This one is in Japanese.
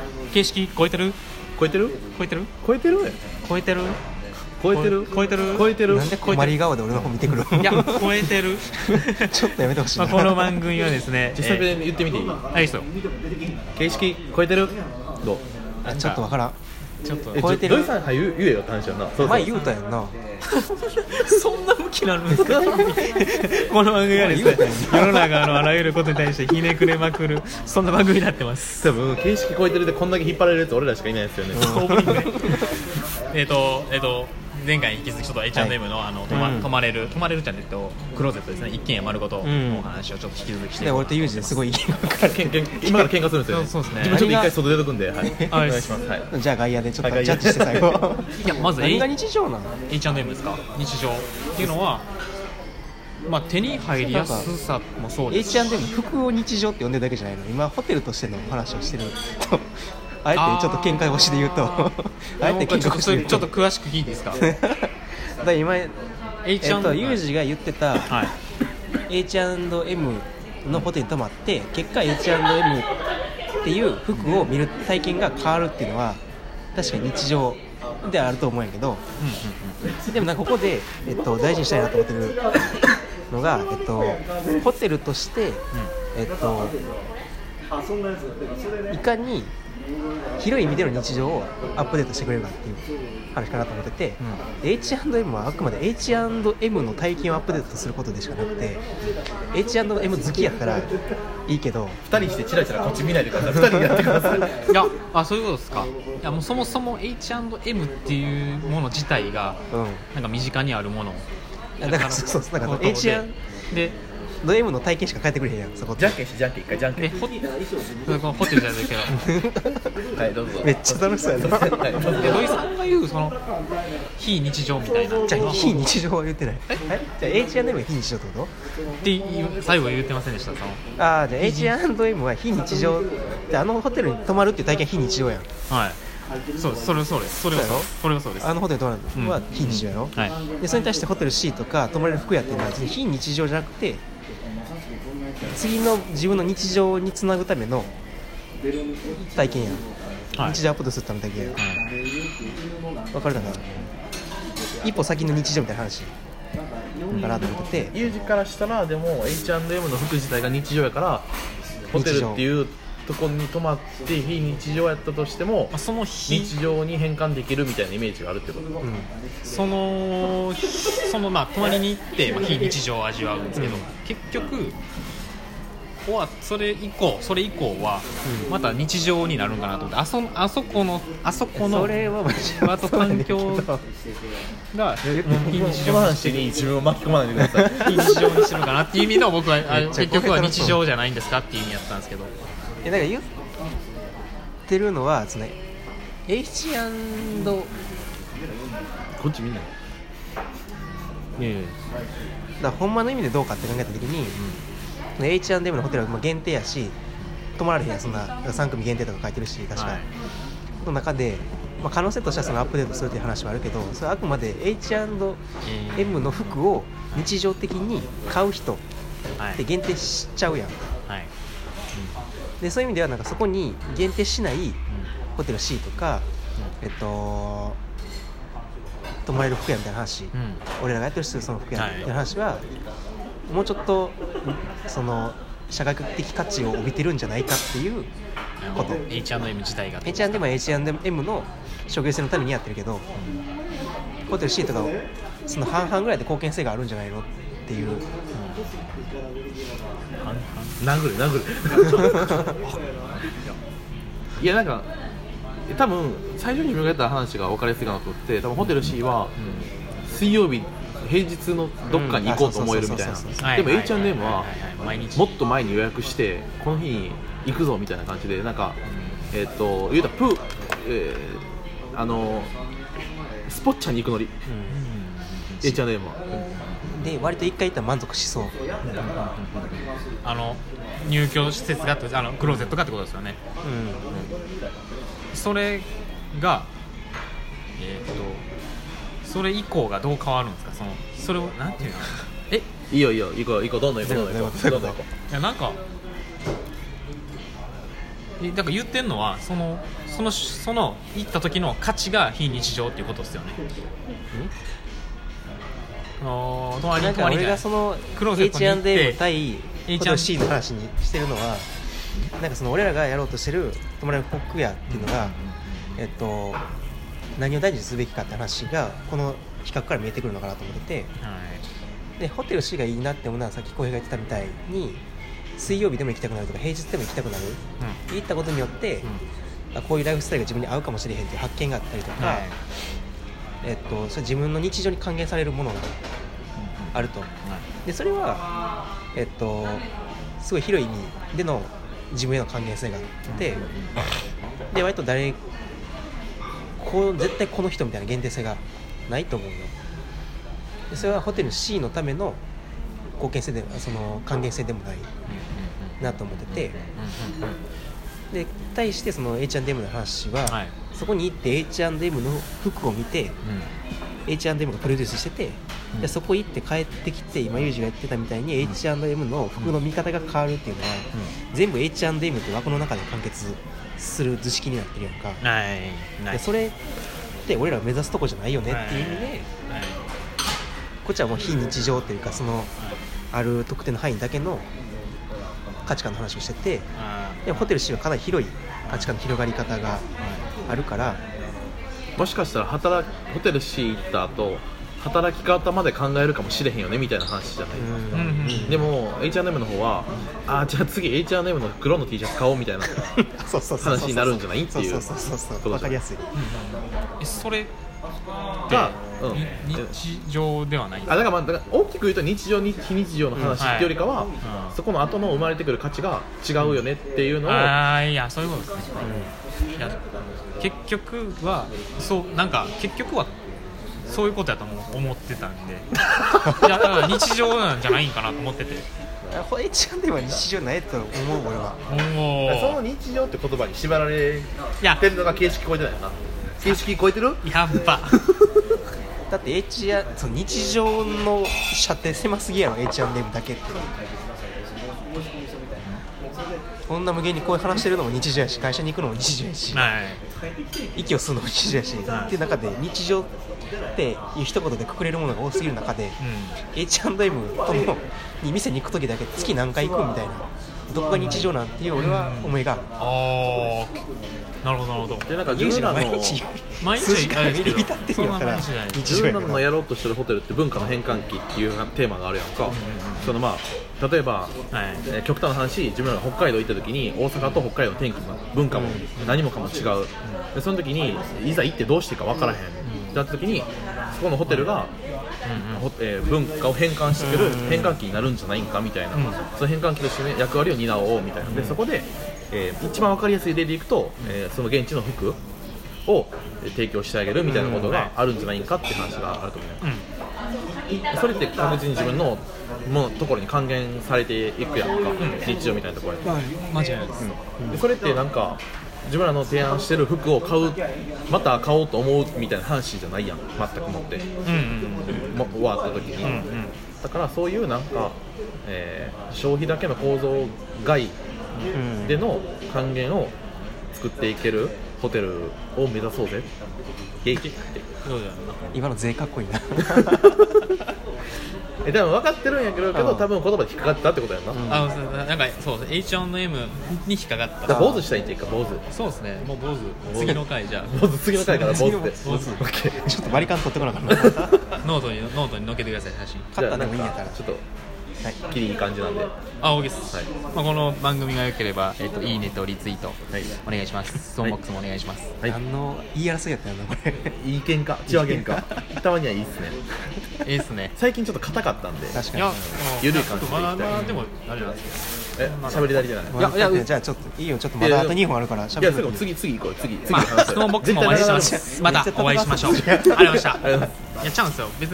形式超えてる超えてる超えてる超えてる超えてる超えてる超えてる超えてるなんで困り顔で俺の方見てくるいや超えてるちょっとやめてほしいな、 この番組はですね実際で言ってみていい、 いいですよ形式超えてるどうちょっとわからんちょっと超えてる土井さん言えよって話やな。そう前言うたやんなそんな向きなるんですかこの番組はですね世の中のあらゆることに対してひねくれまくるそんな番組になってます多分形式超えてるでこんだけ引っ張られるやつ俺らしかいないですよね、 前回に引き続きちょっと H&M の、泊まれるじゃんクローゼットですね一軒家丸ごとのお話をちょっと引き続きして、 で俺とユージですごい今から喧嘩するんですよね。 そうですね自分ちょっと一回外出とくんで、はい、お願いします。はい、 じゃあ外野でちょっとジャッジして最後いやまず何が日常なの H&M ですか日常っていうのはまあ手に入りやすさもそうですし H&M 服を日常って呼んでるだけじゃないの今ホテルとしての話をしてるとあえてちょっと見解越しで言うとあえて見解越しで言うとちょっと詳しく聞いていいですかだから今ユージが言ってた、 はい、 H&M のホテルに泊まって結果 H&M っていう服を見る体験が変わるっていうのは確かに日常であると思うんやけど、でもなんかここで、大事にしたいなと思ってるのが、ホテルとして、いかに広い意味での日常をアップデートしてくれるかっていう話かなと思ってて、H&M はあくまで H&M の体験をアップデートすることでしかなくて H&M 好きやったらいいけど 2人してチラチラこっち見ないでください。2人でやってください。 いやそういうことですか。いやもうそもそも H&M っていうもの自体が、なんか身近にあるものだからそうなんか H&M の体験しか変えてくれへんやんそこじゃんけんしてじゃんけん一回じゃんけんでホテルじゃないけどはいどうぞ。 めっちゃ楽しそうやなはいで土井さんが言うその非日常みたいなじゃあ非日常は言ってないじゃあ H&M は非日常ってことって最後言ってませんでしたそのじゃあ H&M は非日常ってホテルに泊まるっていう体験は非日常やんはいそうですそれはそうですそれはそうですホテルに泊まるのは非日常やろ、はい、でそれに対してホテル C とか泊まれる服屋っていうのは非日常じゃなくて次の自分の日常につなぐための体験やん、はい、日常アップデートするための体験やん、分かるかな一歩先の日常みたいな話かなと思ってて、 ユージからしたらでも H&M の服自体が日常やからホテルっていうところに泊まって非日常やったとしてもその日常に変換できるみたいなイメージがあるってこと、 そのまあ泊まりに行って、非日常を味わうんですけど、結局それ以降はまた日常になるんかなと思ってあそこのそれはあと環境が非日常にしてる自分を巻き込まないでください非日常にしてるのかなっていう意味の僕は結局は日常じゃないんですかっていう意味やったんですけどだから言ってるのはその H& こっち見ないだからほんまの意味でどうかって考えた時に、H&M のホテルは限定やし泊まられへんやんそんな3組限定とか書いてるし確か、はい、の中で、可能性としてはそのアップデートするという話はあるけどそれはあくまで H&M の服を日常的に買う人って限定しちゃうやん、はいでそういう意味ではなんかそこに限定しないホテル C とか、泊まれる服屋みたいな話、俺らがやってるその服屋みたいな話は、もうちょっとその社会的価値を帯びてるんじゃないかっていうこと。 H&M 自体が H&M は H&M の商業性のためにやってるけど、ホテル C とかをその半々ぐらいで貢献性があるんじゃないのっていう、 殴るいやなんか多分最初に自分がやった話が分かりやすいかなと思って多分ホテル C は水曜日平日のどっかに行こうと思えるみたいなでも H&M はもっと前に予約してこの日に行くぞみたいな感じでなんか言うたらスポッチャに行くのり、H&M はで割と一回行ったら満足しそう、 入居施設があってクローゼットがってことですよね、それがそれ以降がどう変わるんですかそれをなんていうのいいよ行こうどんどん行こういやなんかだから言ってんのはその行った時の価値が非日常っていうことですよね。 なんか俺がその H&M 対ホテル C の話にしてるのは、なんかその俺らがやろうとしてる泊まれる服屋っていうのが、何を大事にすべきかって話がこの比較から見えてくるのかなと思ってて、でホテル C がいいなって思うのはさっき浩平が言ってたみたいに水曜日でも行きたくなるとか平日でも行きたくなる、行ったことによって、こういうライフスタイルが自分に合うかもしれへんっていう発見があったりとか、それ自分の日常に還元されるものがあると、でそれは、すごい広い意味での自分への還元性があって、で割と絶対この人みたいな限定性がないと思うので、それはホテル C のための貢献性でその還元性でもないなと思ってて、で対してその H&M の話は、そこに行って H&M の服を見て、H&M がプロデュースしてて、でそこ行って帰ってきて今ユージがやってたみたいに H&M の服の見方が変わるっていうのは、全部 H&M って枠の中で完結する図式になってるやんか。でそれって俺ら目指すとこじゃないよねっていう意味で、こっちはもう非日常っていうかそのある特定の範囲だけの価値観の話をしてて、でホテル C はかなり広い価値観の広がり方があるから、 もしかしたらホテル C 行った後働き方まで考えるかもしれへんよねみたいな話じゃないですか。でも H&M の方はじゃあ次 H&M の黒の T シャツ買おうみたいな話になるんじゃないっていうこと分かりやすい。 それが日常ではない。 だから大きく言うと日常非日常の話っていうよりかは、そこの後の生まれてくる価値が違うよねっていうのを、 いやそういうことですね。いや結局はそういうことやと思ってたんでいやだから日常なんじゃないんかなと思ってて H&M は日常ないと思う俺は。 その日常って言葉に縛られてるのが形式超えてないよな。形式超えてる？ やっぱだってその日常の射程狭すぎやろ H&M だけって。こんな無限にこう話してるのも日常やし、会社に行くのも日常やし、息を吸うのも日常やし、っていう中で日常っていう一言でくくれるものが多すぎる中で、H&M ともに店に行く時だけ月何回行くみたいな、どこが日常なんていう俺は思いがある。 なるほどなるほど。 でなんか自分らの数時間入り浸ってるんやから自分らのやろうとしてるホテルって文化の変換期っていうテーマがあるやんか。その例えば、極端な話、自分らが北海道行った時に大阪と北海道の天気も文化も何もかも違う。でその時にいざ行ってどうしていいか分からへんってなった時に、そこのホテルが文化を変換してくれる変換器になるんじゃないんかみたいな、その変換器として、ね、役割を担おうみたいな。でそこで、一番分かりやすい例でいくと、その現地の服を提供してあげるみたいなことがあるんじゃないかっていう話があると思う、それって確実に自分のところに還元されていくやんか、日常みたいなところで、 間違いないです、 でそれってなんか自分らの提案してる服をまた買おうと思うみたいな話じゃないやん、全くもって、終わった時に、だからそういうなんか、消費だけの構造外での還元を作っていけるホテルを目指そうぜ、ゲイって今の税かっこいいな多分分かってるんやけど、多分言葉で引っかかったってことやんな。 なんかそうです、H&M に引っかかった。 坊主したいっていうか、坊主。 そうですね、もう坊主次の回じゃあ坊主次の回から坊主でちょっと割り勘取ってこなかったノートに載っけてください、写真。 買ったでもいいんやったらちょっときりいい感じなんで、 OK です、この番組が良ければ、いいねとリツイートお願いします。ストーンボックスもお願いします。 何の言い争いやったんやなこれ。 いい喧嘩、血は喧嘩たまにはいいっすね。 いいっすね。 最近ちょっと硬かったんで、 確かに緩い感じでいきたい。 まだでもあれなんですよ、 喋り足りてない。 じゃあちょっといいよ、ちょっとまだあと2本あるから喋る。 いや次行こう、次ストーンボックスもお待ちしてます。またお会いしましょう。ありがとうございました。いやちゃうんですよ別に